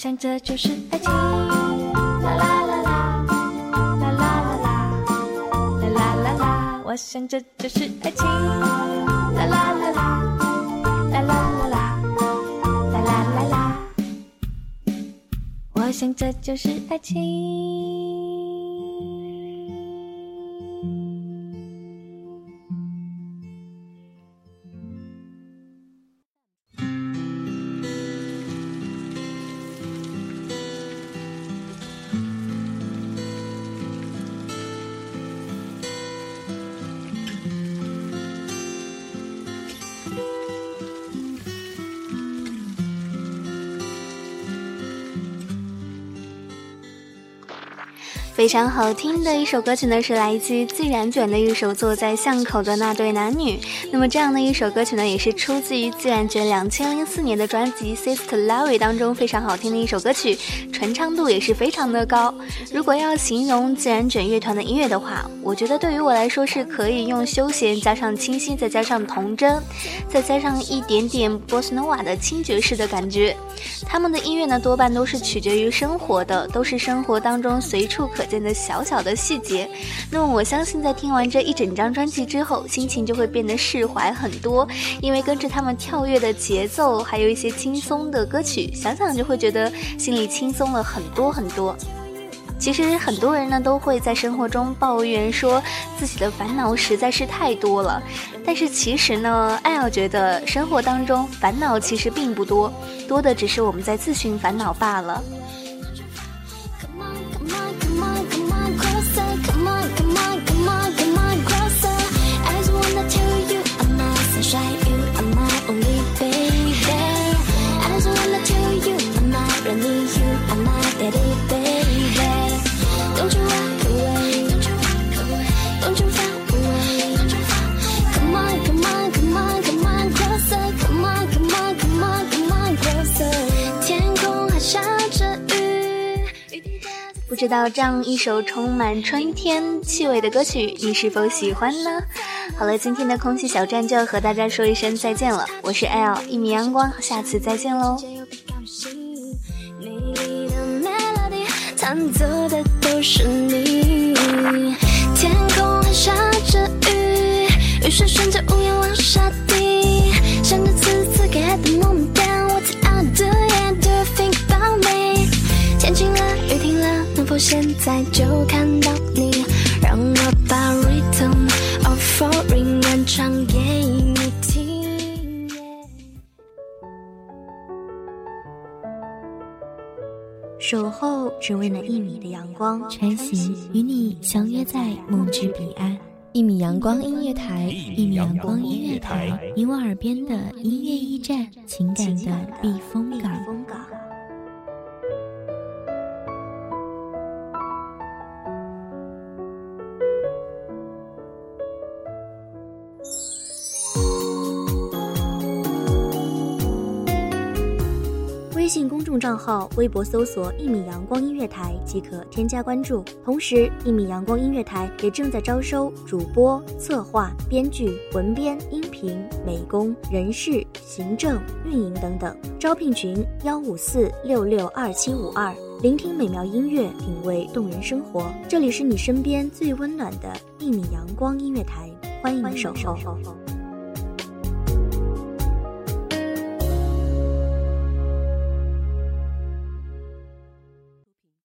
想这就是爱情，啦啦啦啦，啦啦啦啦，啦啦啦啦，我想这就是爱情，啦啦啦啦，啦啦啦啦，啦啦啦啦，我想这就是爱情。 非常好听的一首歌曲呢，是来自自然卷的一首坐在巷口的那对男女。那么这样的一首歌曲呢，也是出自于自然卷2004年的专辑 Sister Larry 当中非常好听的一首歌曲，传唱度也是非常的高。如果要形容自然卷乐团的音乐的话，我觉得对于我来说是可以用休闲加上清新，再加上童真，再加上一点点波斯诺瓦的轻爵士的感觉。他们的音乐呢，多半都是取决于生活的，都是生活当中随处可见的小小的细节。那么我相信在听完这一整张专辑之后，心情就会变得释怀很多，因为跟着他们跳跃的节奏，还有一些轻松的歌曲，想想就会觉得心里轻松了很多很多。其实很多人呢都会在生活中抱怨说自己的烦恼实在是太多了，但是其实呢，艾尔觉得生活当中烦恼其实并不多，多的只是我们在自寻烦恼罢了。不知道这样一首充满春天气味的歌曲你是否喜欢呢？好了，今天的空气小站就要和大家说一声再见了，我是 L 一米阳光，下次再见喽。 弹奏的都是你，天空还下着雨，雨水顺着屋檐往下滴，想着此次给的 moment What I do yeah do you think about me， 天晴了雨停了，能否现在就看到你，让我把 rhythm of falling 演唱给你听。 守候只为那1米的阳光，穿行与你相约在梦之彼岸。1米阳光音乐台，1米阳光音乐台，你我耳边的音乐驿站，情感的避风港。微信公众账号、微博搜索1米阳光音乐台即可添加关注。同时1米阳光音乐台也正在招收主播、策划、编剧、文编、音频、美工、人事、行政、运营等等。招聘群154662752，聆听美妙音乐，品味动人生活。这里是你身边最温暖的1米阳光音乐台，欢迎守候。